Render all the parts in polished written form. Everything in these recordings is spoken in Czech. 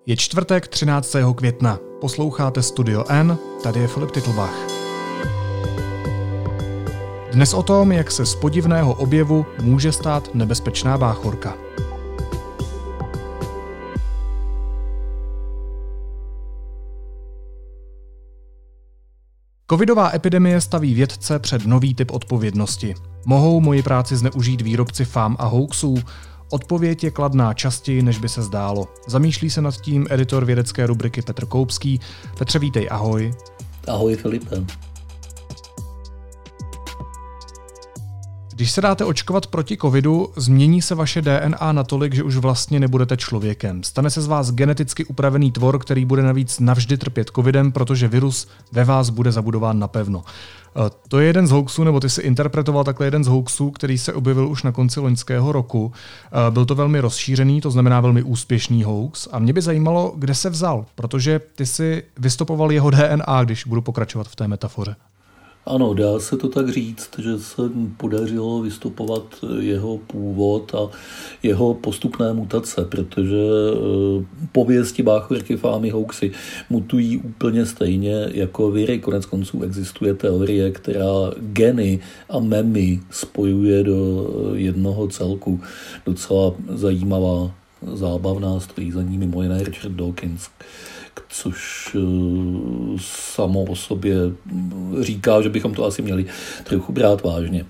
Je čtvrtek 13. května. Posloucháte Studio N, tady je Filip Titlbach. Dnes o tom, jak se z podivného objevu může stát nebezpečná báchorka. Covidová epidemie staví vědce před nový typ odpovědnosti. Mohou moji práci zneužít výrobci fám a hoaxů? Odpověď je kladná častěji, než by se zdálo. Zamýšlí se nad tím editor vědecké rubriky Petr Koupský. Petře, vítej, ahoj. Ahoj, Filipe. Když se dáte očkovat proti covidu, změní se vaše DNA natolik, že už vlastně nebudete člověkem. Stane se z vás geneticky upravený tvor, který bude navíc navždy trpět covidem, protože virus ve vás bude zabudován napevno. To je jeden z hoaxů, nebo ty si interpretoval takhle jeden z hoaxů, který se objevil už na konci loňského roku. Byl to velmi rozšířený, to znamená velmi úspěšný hoax. A mě by zajímalo, kde se vzal, protože ty si vystopoval jeho DNA, když budu pokračovat v té metafoře. Ano, dá se to tak říct, že se podařilo vystupovat jeho původ a jeho postupné mutace, protože pověsti báchorky, fámy, hoaxy mutují úplně stejně jako viry. Konec konců existuje teorie, která geny a memy spojuje do jednoho celku. Docela zajímavá, zábavná, stojí za ní mimo jiné Richard Dawkins, což samo o sobě říká, že bychom to asi měli trochu brát vážně.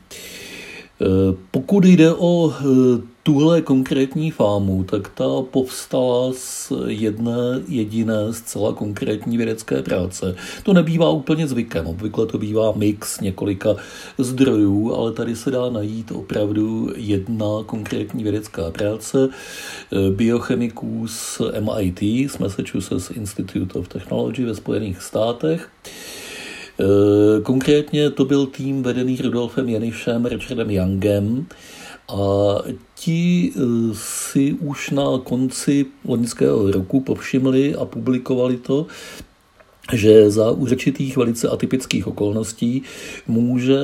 Pokud jde o tuhle konkrétní fámu, tak ta povstala z jedné jediné zcela konkrétní vědecké práce. To nebývá úplně zvykem, obvykle to bývá mix několika zdrojů, ale tady se dá najít opravdu jedna konkrétní vědecká práce biochemiků z MIT, z Massachusetts Institute of Technology ve Spojených státech. Konkrétně to byl tým vedený Rudolfem Jenischem, Richardem Youngem, a ti si už na konci loňského roku povšimli a publikovali to, že za určitých velice atypických okolností může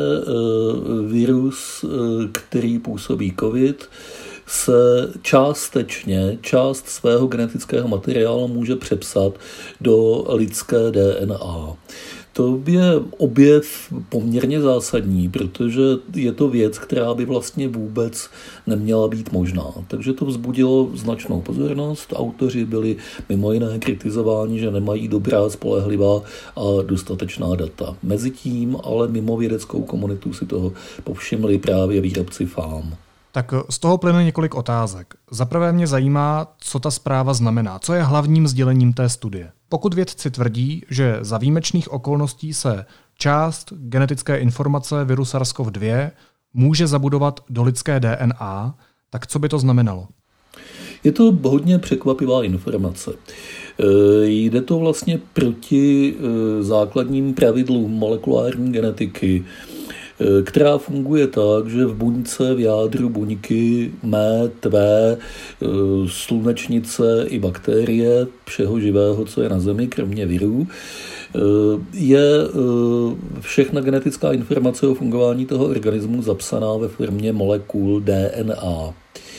virus, který působí COVID, se částečně část svého genetického materiálu může přepsat do lidské DNA. To je objev poměrně zásadní, protože je to věc, která by vlastně vůbec neměla být možná. Takže to vzbudilo značnou pozornost. Autoři byli mimo jiné kritizováni, že nemají dobrá, spolehlivá a dostatečná data. Mezitím ale mimo vědeckou komunitu si toho povšimli právě výrobci fám. Tak z toho plyne několik otázek. Za prvé mě zajímá, co ta zpráva znamená. Co je hlavním sdělením té studie? Pokud vědci tvrdí, že za výjimečných okolností se část genetické informace viru SARS-CoV-2 může zabudovat do lidské DNA, tak co by to znamenalo? Je to hodně překvapivá informace. Jde to vlastně proti základním pravidlům molekulární genetiky, která funguje tak, že v buňce, v jádru buňky, mé, tvé, slunečnice i bakterie, všeho živého, co je na Zemi, kromě virů, je všechna genetická informace o fungování toho organismu zapsaná ve formě molekul DNA.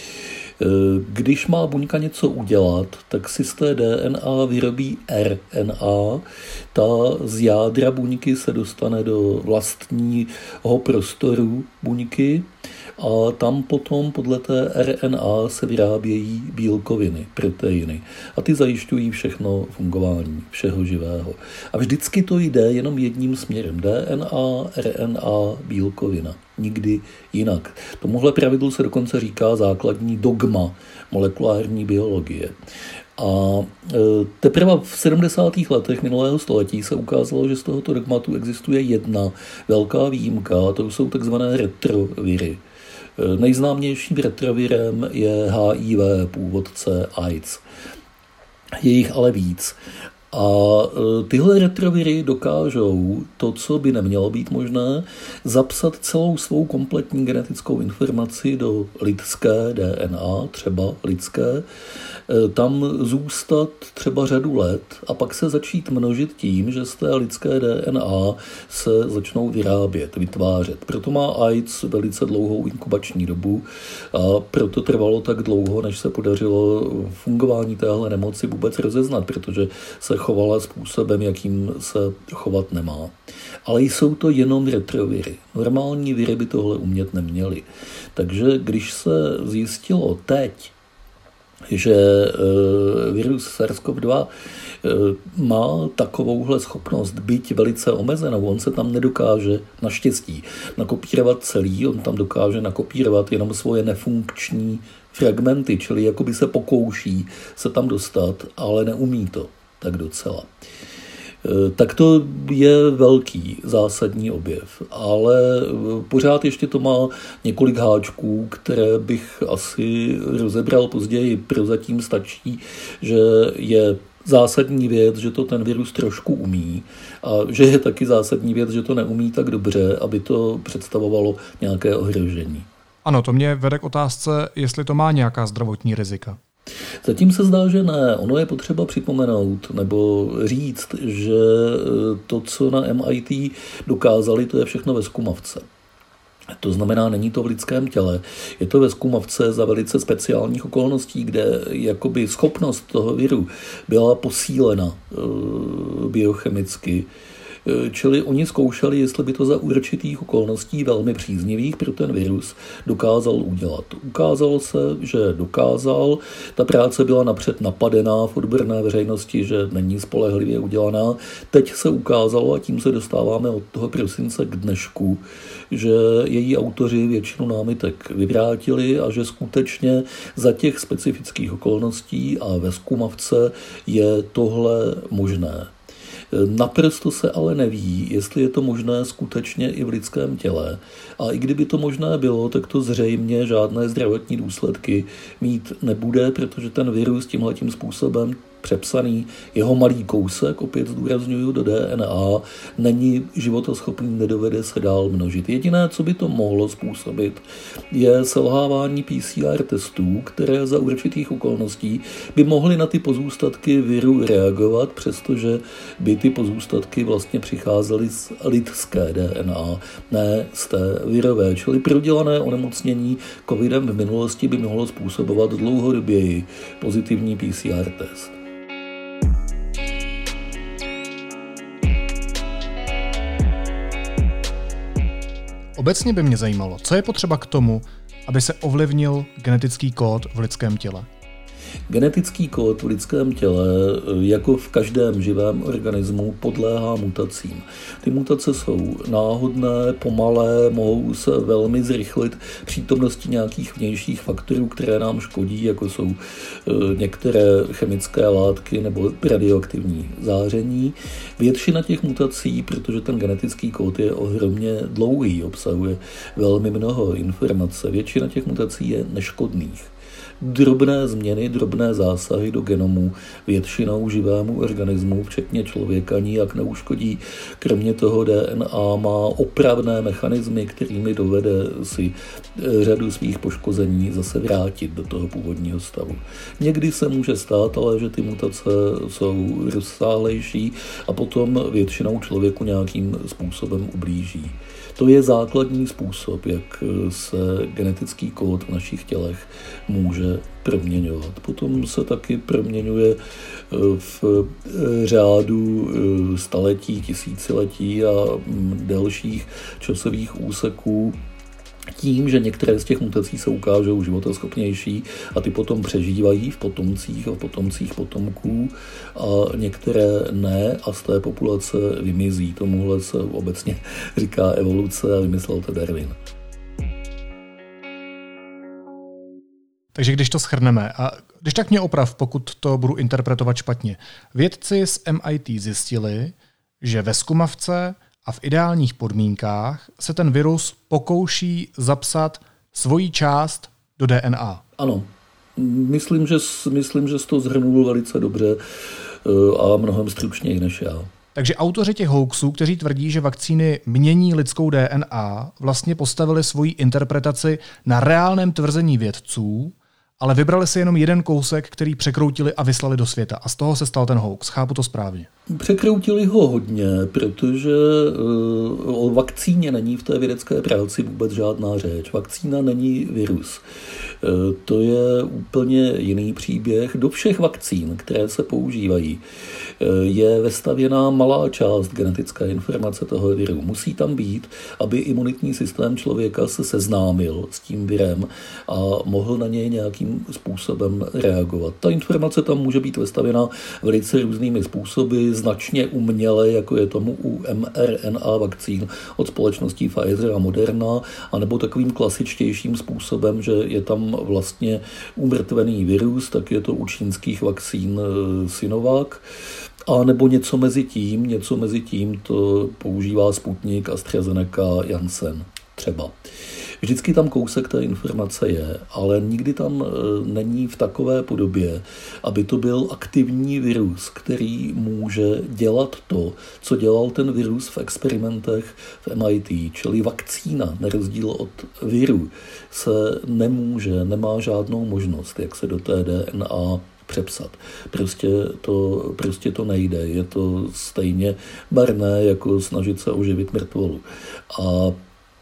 Když má buňka něco udělat, tak si z té DNA vyrobí RNA, ta z jádra buňky se dostane do vlastního prostoru buňky a tam potom podle té RNA se vyrábějí bílkoviny, proteiny. A ty zajišťují všechno fungování všeho živého. A vždycky to jde jenom jedním směrem. DNA, RNA, bílkovina. Nikdy jinak. Tomuhle pravidlu se dokonce říká základní dogma molekulární biologie. A teprve v 70. letech minulého století se ukázalo, že z tohoto dogmatu existuje jedna velká výjimka, a to jsou takzvané retroviry. Nejznámějším retrovirem je HIV, původce AIDS. Je jich ale víc. A tyhle retroviry dokážou to, co by nemělo být možné, zapsat celou svou kompletní genetickou informaci do lidské DNA, třeba lidské, tam zůstat třeba řadu let a pak se začít množit tím, že z té lidské DNA se začnou vyrábět, vytvářet. Proto má AIDS velice dlouhou inkubační dobu a proto trvalo tak dlouho, než se podařilo fungování téhle nemoci vůbec rozeznat, protože se chovala způsobem, jakým se chovat nemá. Ale jsou to jenom retroviry. Normální viry by tohle umět neměly. Takže když se zjistilo teď, že virus SARS-CoV-2 má takovouhle schopnost, byť velice omezenou, on se tam nedokáže naštěstí nakopírovat celý, on tam dokáže nakopírovat jenom svoje nefunkční fragmenty, čili jakoby se pokouší se tam dostat, ale neumí to tak docela. Tak to je velký zásadní objev, ale pořád ještě to má několik háčků, které bych asi rozebral později. Prozatím stačí, že je zásadní věc, že to ten virus trošku umí a že je taky zásadní věc, že to neumí tak dobře, aby to představovalo nějaké ohrožení. Ano, to mě vede k otázce, jestli to má nějaká zdravotní rizika. Zatím se zdá, že ne. Ono je potřeba připomenout nebo říct, že to, co na MIT dokázali, to je všechno ve zkumavce. To znamená, není to v lidském těle. Je to ve zkumavce za velice speciálních okolností, kde jakoby schopnost toho viru byla posílena biochemicky. Čili oni zkoušeli, jestli by to za určitých okolností velmi příznivých pro ten virus dokázal udělat. Ukázalo se, že dokázal. Ta práce byla napřed napadená v odborné veřejnosti, že není spolehlivě udělaná. Teď se ukázalo, a tím se dostáváme od toho prosince k dnešku, že její autoři většinu námitek vyvrátili a že skutečně za těch specifických okolností a ve zkumavce je tohle možné. Naprosto se ale neví, jestli je to možné skutečně i v lidském těle. A i kdyby to možné bylo, tak to zřejmě žádné zdravotní důsledky mít nebude, protože ten virus tímhletím způsobem přepsaný, jeho malý kousek, opět zdůrazňuju, do DNA, není životoschopný, nedovede se dál množit. Jediné, co by to mohlo způsobit, je selhávání PCR testů, které za určitých okolností by mohly na ty pozůstatky viru reagovat, přestože by ty pozůstatky vlastně přicházely z lidské DNA, ne z té virové. Čili prodělané onemocnění covidem v minulosti by mohlo způsobovat dlouhodoběji pozitivní PCR test. Obecně by mě zajímalo, co je potřeba k tomu, aby se ovlivnil genetický kód v lidském těle. Genetický kód v lidském těle, jako v každém živém organismu, podléhá mutacím. Ty mutace jsou náhodné, pomalé, mohou se velmi zrychlit přítomností nějakých vnějších faktorů, které nám škodí, jako jsou některé chemické látky nebo radioaktivní záření. Většina těch mutací, protože ten genetický kód je ohromně dlouhý, obsahuje velmi mnoho informace, většina těch mutací je neškodných. Drobné změny, drobné zásahy do genomu většinou živému organismu, včetně člověka, nijak neuškodí. Kromě toho DNA má opravné mechanismy, kterými dovede si řadu svých poškození zase vrátit do toho původního stavu. Někdy se může stát, ale že ty mutace jsou rozsáhlejší a potom většinou člověku nějakým způsobem ublíží. To je základní způsob, jak se genetický kód v našich tělech může proměňovat. Potom se taky proměňuje v řádu staletí, tisíciletí a delších časových úseků tím, že některé z těch mutací se ukážou životaschopnější a ty potom přežívají v potomcích a v potomcích potomků a některé ne a z té populace vymizí. Tomuhle se obecně říká evoluce a vymyslel to Darwin. Takže když to shrneme, a když tak mě oprav, pokud to budu interpretovat špatně. Vědci z MIT zjistili, že ve zkumavce a v ideálních podmínkách se ten virus pokouší zapsat svoji část do DNA. Ano. Myslím, že jsi to shrnul velice dobře a mnohem stručněji než já. Takže autoři těch hoaxů, kteří tvrdí, že vakcíny mění lidskou DNA, vlastně postavili svoji interpretaci na reálném tvrzení vědců, ale vybrali si jenom jeden kousek, který překroutili a vyslali do světa. A z toho se stal ten hoax. Chápu to správně? Překroutili ho hodně, protože o vakcíně není v té vědecké práci vůbec žádná řeč. Vakcína není virus. To je úplně jiný příběh. Do všech vakcín, které se používají, je vestavěná malá část genetické informace toho viru. Musí tam být, aby imunitní systém člověka se seznámil s tím virem a mohl na něj nějakým způsobem reagovat. Ta informace tam může být vestavěna velice různými způsoby, značně uměle, jako je tomu u mRNA vakcín od společností Pfizer a Moderna, anebo takovým klasičtějším způsobem, že je tam vlastně umrtvený virus, tak je to u čínských vakcín Sinovac, a nebo něco mezi tím to používá Sputnik, AstraZeneca, Janssen třeba. Vždycky tam kousek té informace je, ale nikdy tam není v takové podobě, aby to byl aktivní virus, který může dělat to, co dělal ten virus v experimentech v MIT, čili vakcína, na rozdíl od viru, se nemá žádnou možnost, jak se do té DNA přepsat. Prostě to nejde. Je to stejně marné, jako snažit se oživit mrtvolu. A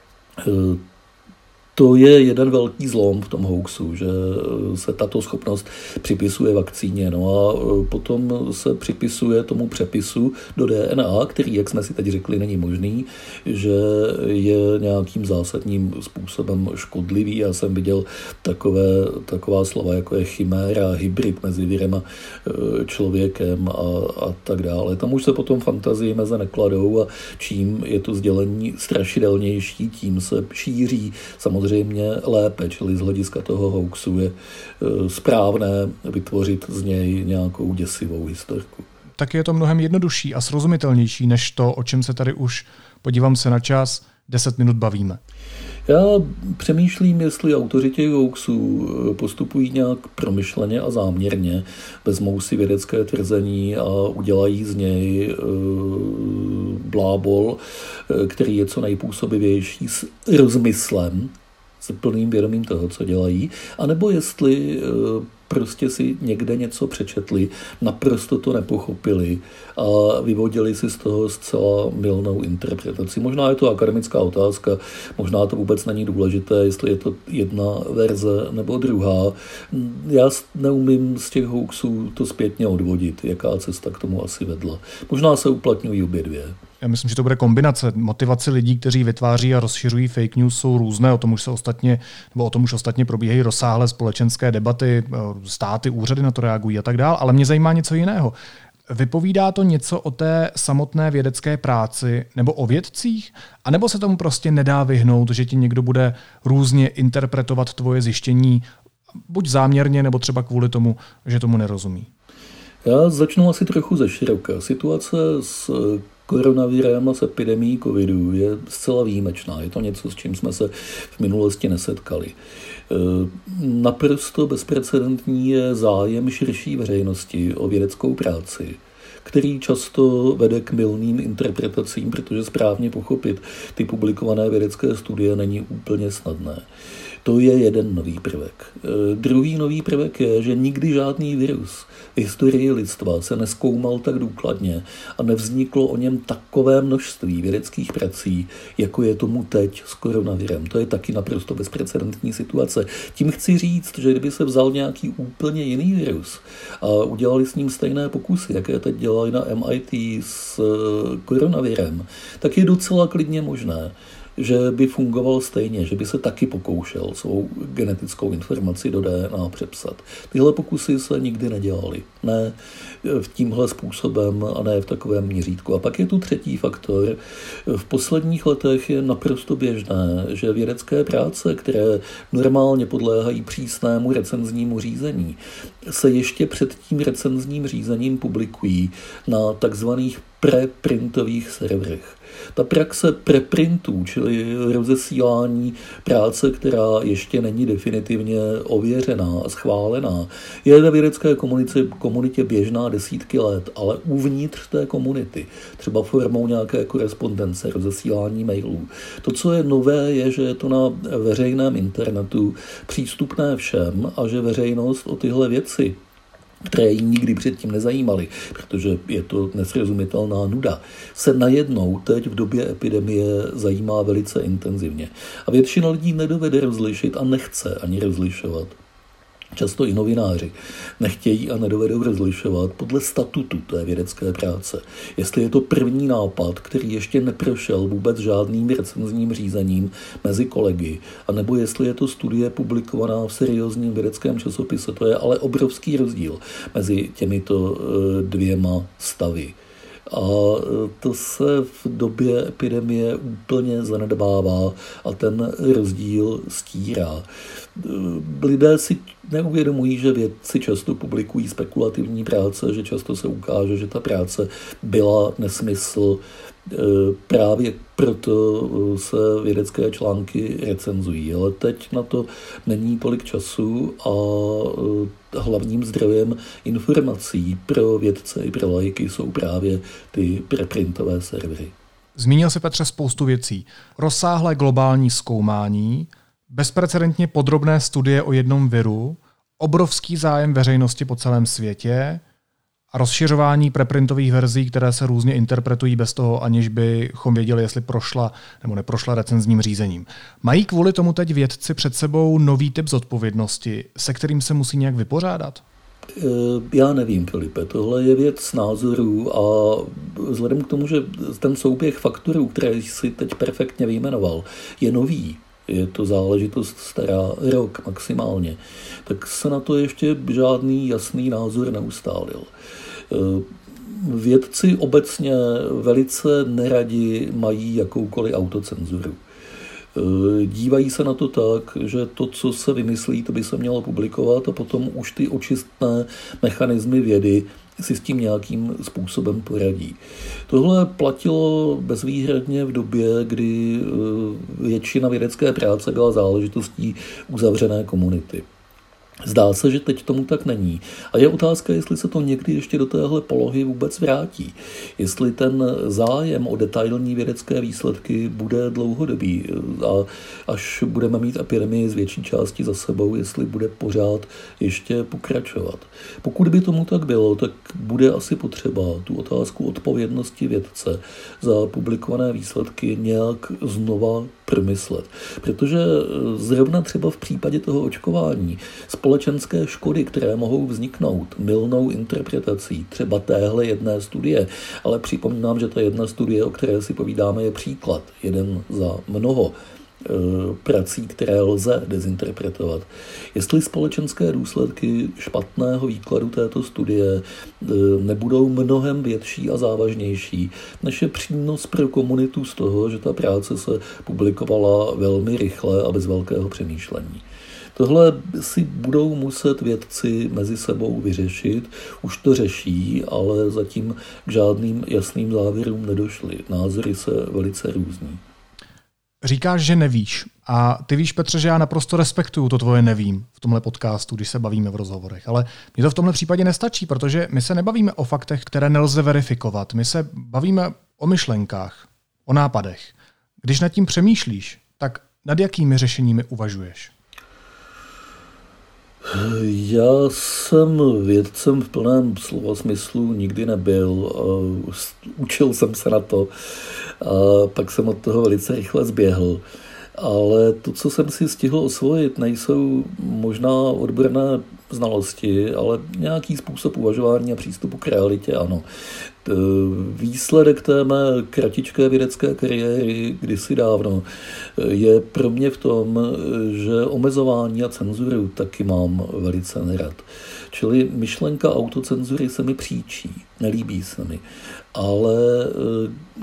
to je jeden velký zlom v tom hoaxu, že se tato schopnost připisuje vakcíně. No a potom se připisuje tomu přepisu do DNA, který, jak jsme si teď řekli, není možný, že je nějakým zásadním způsobem škodlivý. Já jsem viděl taková slova, jako je chiméra, hybrid mezi virem a člověkem a tak dále. Tam už se potom fantazii meze nekladou a čím je to sdělení strašidelnější, tím se šíří samozřejmě lépe, čili z hlediska toho hoaxu je správné vytvořit z něj nějakou děsivou historku. Tak je to mnohem jednodušší a srozumitelnější než to, o čem se tady už, podívám se na čas, 10 minut bavíme. Já přemýšlím, jestli autoři těch hoaxů postupují nějak promyšleně a záměrně, vezmou si vědecké tvrzení a udělají z něj blábol, který je co nejpůsobivější s rozmyslem, s plným vědomím toho, co dělají, anebo jestli prostě si někde něco přečetli, naprosto to nepochopili a vyvodili si z toho zcela mylnou interpretaci. Možná je to akademická otázka, možná to vůbec není důležité, jestli je to jedna verze nebo druhá. Já neumím z těch hoaxů to zpětně odvodit, jaká cesta k tomu asi vedla. Možná se uplatňují obě dvě. Já myslím, že to bude kombinace. Motivace lidí, kteří vytváří a rozšiřují fake news, jsou různé. O tom už ostatně probíhají rozsáhlé společenské debaty, státy, úřady na to reagují a tak dále. Ale mě zajímá něco jiného. Vypovídá to něco o té samotné vědecké práci nebo o vědcích? A nebo se tomu prostě nedá vyhnout, že ti někdo bude různě interpretovat tvoje zjištění, buď záměrně, nebo třeba kvůli tomu, že tomu nerozumí? Já začnu asi trochu ze široka. Situace s koronavirem a s epidemií covidu je zcela výjimečná. Je to něco, s čím jsme se v minulosti nesetkali. Naprosto bezprecedentní je zájem širší veřejnosti o vědeckou práci, který často vede k mylným interpretacím, protože správně pochopit ty publikované vědecké studie není úplně snadné. To je jeden nový prvek. Druhý nový prvek je, že nikdy žádný virus v historii lidstva se nezkoumal tak důkladně a nevzniklo o něm takové množství vědeckých prací, jako je tomu teď s koronavirem. To je taky naprosto bezprecedentní situace. Tím chci říct, že kdyby se vzal nějaký úplně jiný virus a udělali s ním stejné pokusy, jaké teď dělali na MIT s koronavirem, tak je docela klidně možné, že by fungoval stejně, že by se taky pokoušel svou genetickou informaci do DNA přepsat. Tyhle pokusy se nikdy nedělaly. Ne v tímhle způsobem a ne v takovém měřítku. A pak je tu třetí faktor. V posledních letech je naprosto běžné, že vědecké práce, které normálně podléhají přísnému recenznímu řízení, se ještě před tím recenzním řízením publikují na takzvaných preprintových serverech. Ta praxe preprintů, čili rozesílání práce, která ještě není definitivně ověřená a schválená, je ve vědecké komunitě běžná desítky let, ale uvnitř té komunity, třeba formou nějaké korespondence, rozesílání mailů. To, co je nové, je, že je to na veřejném internetu přístupné všem a že veřejnost o tyhle věci, které ji nikdy předtím nezajímaly, protože je to nesrozumitelná nuda, se najednou teď v době epidemie zajímá velice intenzivně. A většina lidí nedovede rozlišit a nechce ani rozlišovat. Často i novináři nechtějí a nedovedou rozlišovat podle statutu té vědecké práce. Jestli je to první nápad, který ještě neprošel vůbec žádným recenzním řízením mezi kolegy, anebo jestli je to studie publikovaná v seriózním vědeckém časopise. To je ale obrovský rozdíl mezi těmito dvěma stavy. A to se v době epidemie úplně zanedbává a ten rozdíl stírá. Lidé si neuvědomují, že vědci často publikují spekulativní práce, že často se ukáže, že ta práce byla nesmysl. Právě proto se vědecké články recenzují. Ale teď na to není tolik času a hlavním zdrojem informací pro vědce i pro laiky jsou právě ty preprintové servery. Zmínil si, Petře, spoustu věcí. Rozsáhlé globální zkoumání, bezprecedentně podrobné studie o jednom viru, obrovský zájem veřejnosti po celém světě a rozšiřování preprintových verzí, které se různě interpretují bez toho, aniž bychom věděli, jestli prošla nebo neprošla recenzním řízením. Mají kvůli tomu teď vědci před sebou nový typ zodpovědnosti, se kterým se musí nějak vypořádat? Já nevím, Filipe, tohle je věc názorů a vzhledem k tomu, že ten souběh faktorů, které jsi teď perfektně vyjmenoval, je nový, je to záležitost stará rok maximálně, tak se na to ještě žádný jasný názor neustálil. Vědci obecně velice neradi mají jakoukoliv autocenzuru. Dívají se na to tak, že to, co se vymyslí, to by se mělo publikovat a potom už ty očistné mechanismy vědy si s tím nějakým způsobem poradí. Tohle platilo bezvýhradně v době, kdy většina vědecké práce byla záležitostí uzavřené komunity. Zdá se, že teď tomu tak není. A je otázka, jestli se to někdy ještě do téhle polohy vůbec vrátí. Jestli ten zájem o detailní vědecké výsledky bude dlouhodobý a až budeme mít epidemii z větší části za sebou, jestli bude pořád ještě pokračovat. Pokud by tomu tak bylo, tak bude asi potřeba tu otázku odpovědnosti vědce za publikované výsledky nějak znova promyslet. Protože zrovna třeba v případě toho očkování společenské škody, které mohou vzniknout mylnou interpretací třeba téhle jedné studie, ale připomínám, že ta jedna studie, o které si povídáme, je příklad, jeden za mnoho prací, které lze dezinterpretovat. Jestli společenské důsledky špatného výkladu této studie nebudou mnohem větší a závažnější, než je přínos pro komunitu z toho, že ta práce se publikovala velmi rychle a bez velkého přemýšlení. Tohle si budou muset vědci mezi sebou vyřešit. Už to řeší, ale zatím k žádným jasným závěrům nedošly. Názory se velice různí. Říkáš, že nevíš. A ty víš, Petře, že já naprosto respektuju to tvoje nevím v tomhle podcastu, když se bavíme v rozhovorech. Ale mně to v tomhle případě nestačí, protože my se nebavíme o faktech, které nelze verifikovat. My se bavíme o myšlenkách, o nápadech. Když nad tím přemýšlíš, tak nad jakými řešeními uvažuješ? Já jsem vědcem v plném slova smyslu nikdy nebyl. Učil jsem se na to a pak jsem od toho velice rychle zběhl. Ale to, co jsem si stihl osvojit, nejsou možná odborné znalosti, ale nějaký způsob uvažování a přístupu k realitě, ano. Výsledek té mé kratičké vědecké kariéry kdysi dávno je pro mě v tom, že omezování a cenzuru taky mám velice nerad. Čili myšlenka autocenzury se mi příčí, nelíbí se mi, ale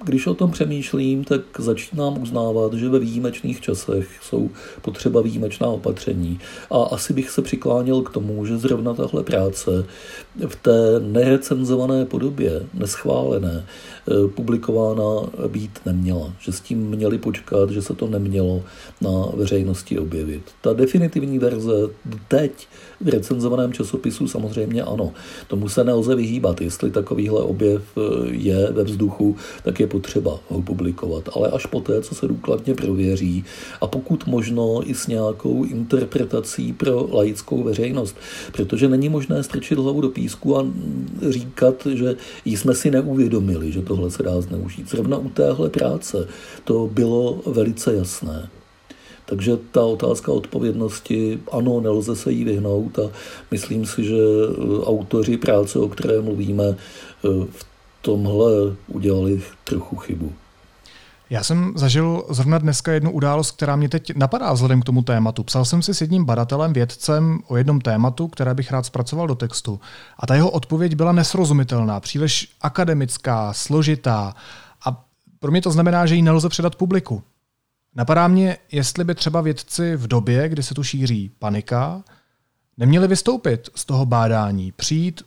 když o tom přemýšlím, tak začínám uznávat, že ve výjimečných časech jsou potřeba výjimečná opatření. A asi bych se přikláněl k tomu, že zrovna tahle práce v té nerecenzované podobě, neschválené, publikována být neměla. Že s tím měli počkat, že se to nemělo na veřejnosti objevit. Ta definitivní verze teď v recenzovaném časopisu samozřejmě ano. Tomu se nelze vyhýbat. Jestli takovýhle objev je ve vzduchu, tak je potřeba ho publikovat. Ale až poté, co se důkladně prověří a pokud možno i s nějakou interpretací pro laickou veřejnost. Protože není možné strčit hlavu do písku a říkat, že jsme si neuvědomili, že tohle se dá zneužít. Zrovna u téhle práce to bylo velice jasné. Takže ta otázka odpovědnosti, ano, nelze se jí vyhnout a myslím si, že autoři práce, o které mluvíme, v tomhle udělali trochu chybu. Já jsem zažil zrovna dneska jednu událost, která mě teď napadá vzhledem k tomu tématu. Psal jsem si s jedním badatelem, vědcem o jednom tématu, které bych rád zpracoval do textu. A ta jeho odpověď byla nesrozumitelná, příliš akademická, složitá. A pro mě to znamená, že ji nelze předat publiku. Napadá mě, jestli by třeba vědci v době, kdy se tu šíří panika, neměli vystoupit z toho bádání, přijít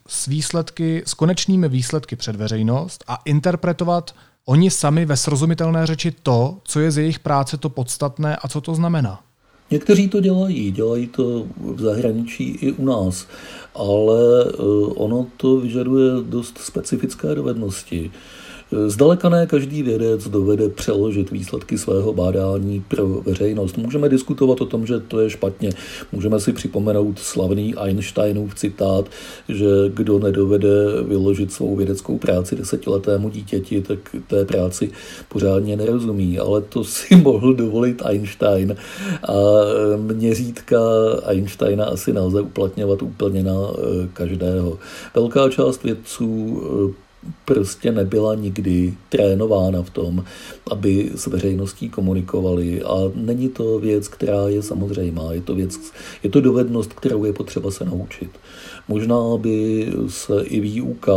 s konečnými výsledky před veřejnost a interpretovat oni sami ve srozumitelné řeči to, co je z jejich práce to podstatné a co to znamená. Někteří to dělají to v zahraničí i u nás, ale ono to vyžaduje dost specifické dovednosti. Zdaleka ne každý vědec dovede přeložit výsledky svého bádání pro veřejnost. Můžeme diskutovat o tom, že to je špatně. Můžeme si připomenout slavný Einsteinův citát, že kdo nedovede vyložit svou vědeckou práci 10letému dítěti, tak té práci pořádně nerozumí. Ale to si mohl dovolit Einstein a měřítka Einsteina asi nelze uplatňovat úplně na každého. Velká část vědců prostě nebyla nikdy trénována v tom, aby s veřejností komunikovali a není to věc, která je samozřejmá, je to dovednost, kterou je potřeba se naučit. Možná by se i výuka,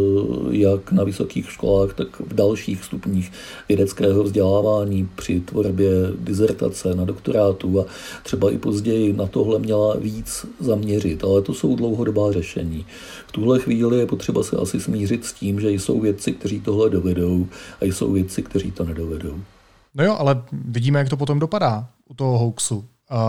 jak na vysokých školách, tak v dalších stupních vědeckého vzdělávání při tvorbě dizertace na doktorátu a třeba i později na tohle měla víc zaměřit, ale to jsou dlouhodobá řešení. V tuhle chvíli je potřeba se asi smířit s tím, že jsou vědci, kteří tohle dovedou a jsou vědci, kteří to nedovedou. No jo, ale vidíme, jak to potom dopadá u toho hoaxu.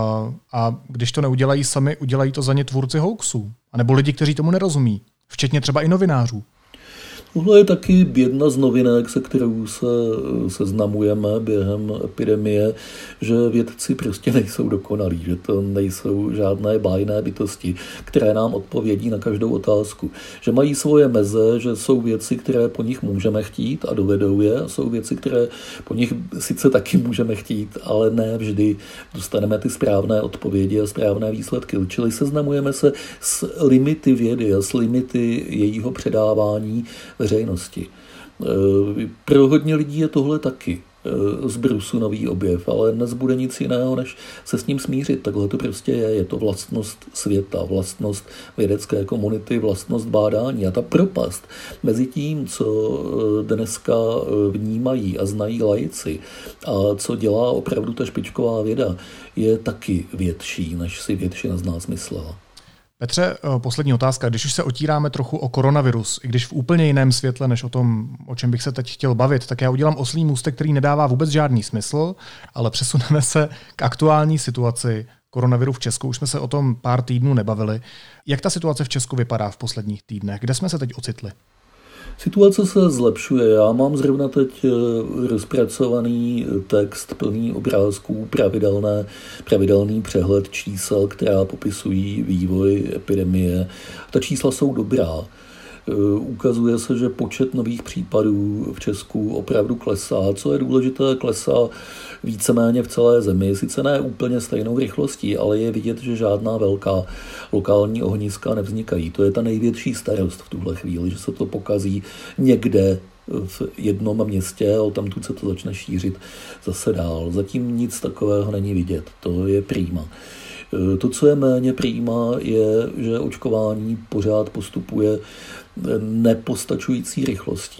A když to neudělají sami, udělají to za ně tvůrci hoaxů. A nebo lidi, kteří tomu nerozumí. Včetně třeba i novinářů. Tohle je taky jedna z novinek, se kterou se seznamujeme během epidemie, že vědci prostě nejsou dokonalí, že to nejsou žádné bájné bytosti, které nám odpovědí na každou otázku. Že mají svoje meze, že jsou věci, které po nich můžeme chtít a dovedou je, a jsou věci, které po nich sice taky můžeme chtít, ale ne vždy dostaneme ty správné odpovědi a správné výsledky. Čili seznamujeme se s limity vědy a s limity jejího předávání veřejnosti. Pro hodně lidí je tohle taky z brusu nový objev, ale nezbude nic jiného, než se s ním smířit. Takhle to prostě je to vlastnost světa, vlastnost vědecké komunity, vlastnost bádání. A ta propast mezi tím, co dneska vnímají a znají laici a co dělá opravdu ta špičková věda, je taky větší, než si většina z nás myslela. Petře, poslední otázka. Když už se otíráme trochu o koronavirus, i když v úplně jiném světle, než o tom, o čem bych se teď chtěl bavit, tak já udělám oslí můstek, který nedává vůbec žádný smysl, ale přesuneme se k aktuální situaci koronaviru v Česku. Už jsme se o tom pár týdnů nebavili. Jak ta situace v Česku vypadá v posledních týdnech? Kde jsme se teď ocitli? Situace se zlepšuje. Já mám zrovna teď rozpracovaný text plný obrázků, pravidelný přehled čísel, která popisují vývoj epidemie. Ta čísla jsou dobrá. Ukazuje se, že počet nových případů v Česku opravdu klesá. Co je důležité, klesá víceméně v celé zemi. Sice ne úplně stejnou rychlostí, ale je vidět, že žádná velká lokální ohniska nevznikají. To je ta největší starost v tuhle chvíli, že se to pokazí někde v jednom městě a tamtud se to začne šířit zase dál. Zatím nic takového není vidět. To je prima. To, co je méně prima, je, že očkování pořád postupuje nepostačující rychlostí.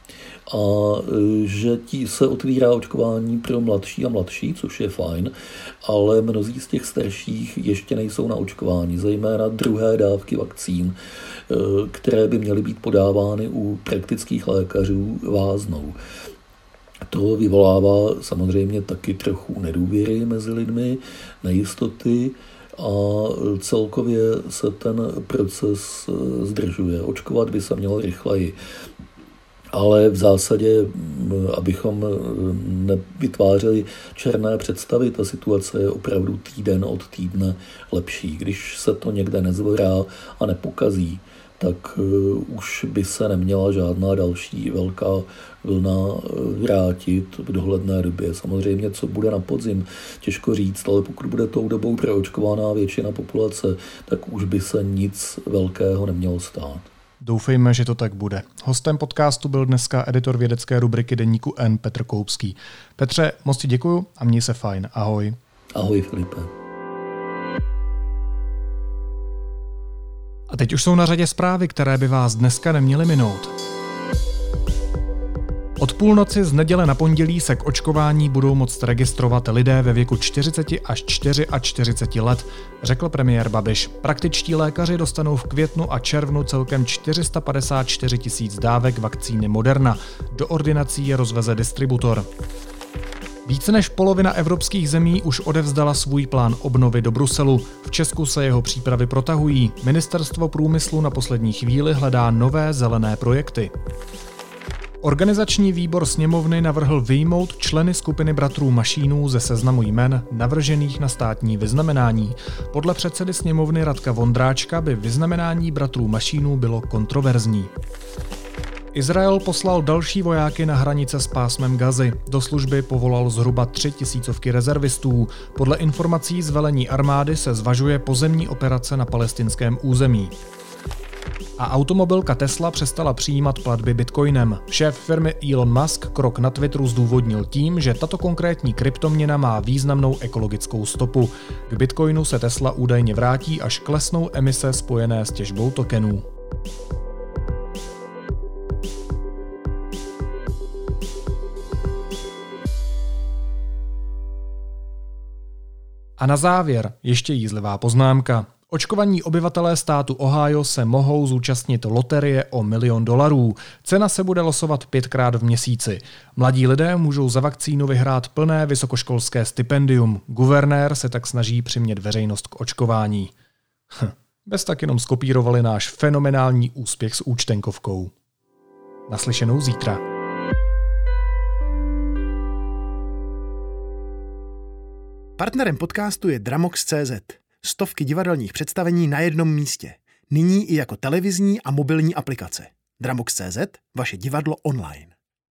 A že se otvírá očkování pro mladší a mladší, což je fajn, ale mnozí z těch starších ještě nejsou na očkování, zejména druhé dávky vakcín, které by měly být podávány u praktických lékařů, váznou. To vyvolává samozřejmě taky trochu nedůvěry mezi lidmi, nejistoty a celkově se ten proces zdržuje. Očkovat by se mělo rychleji. Ale v zásadě, abychom nevytvářeli černé představy, ta situace je opravdu týden od týdne lepší. Když se to někde nezvorá a nepokazí, tak už by se neměla žádná další velká vlna vrátit v dohledné době. Samozřejmě, co bude na podzim, těžko říct, ale pokud bude tou dobou proočkovaná většina populace, tak už by se nic velkého nemělo stát. Doufejme, že to tak bude. Hostem podcastu byl dneska editor vědecké rubriky deníku N Petr Koupský. Petře, moc ti děkuju a měj se fajn. Ahoj. Ahoj, Filipe. A teď už jsou na řadě zprávy, které by vás dneska neměly minout. Od půlnoci z neděle na pondělí se k očkování budou moct registrovat lidé ve věku 40 až 44 let, řekl premiér Babiš. Praktičtí lékaři dostanou v květnu a červnu celkem 454 000 dávek vakcíny Moderna. Do ordinací je rozveze distributor. Více než polovina evropských zemí už odevzdala svůj plán obnovy do Bruselu. V Česku se jeho přípravy protahují. Ministerstvo průmyslu na poslední chvíli hledá nové zelené projekty. Organizační výbor sněmovny navrhl vyjmout členy skupiny bratrů Mašínů ze seznamu jmen navržených na státní vyznamenání. Podle předsedy sněmovny Radka Vondráčka by vyznamenání bratrů Mašínů bylo kontroverzní. Izrael poslal další vojáky na hranice s pásmem Gazy. Do služby povolal zhruba 3 000 rezervistů. Podle informací z velení armády se zvažuje pozemní operace na palestinském území. A automobilka Tesla přestala přijímat platby bitcoinem. Šéf firmy Elon Musk krok na Twitteru zdůvodnil tím, že tato konkrétní kryptoměna má významnou ekologickou stopu. K bitcoinu se Tesla údajně vrátí, až klesnou emise spojené s těžbou tokenů. A na závěr ještě jízlivá poznámka. Očkovaní obyvatelé státu Ohio se mohou zúčastnit loterie o $1 milion. Cena se bude losovat 5krát v měsíci. Mladí lidé můžou za vakcínu vyhrát plné vysokoškolské stipendium. Guvernér se tak snaží přimět veřejnost k očkování. Bez tak jenom skopírovali náš fenomenální úspěch s účtenkovkou. Naslyšenou zítra. Partnerem podcastu je Dramox.cz. Stovky divadelních představení na jednom místě. Nyní i jako televizní a mobilní aplikace. Dramox.cz, vaše divadlo online.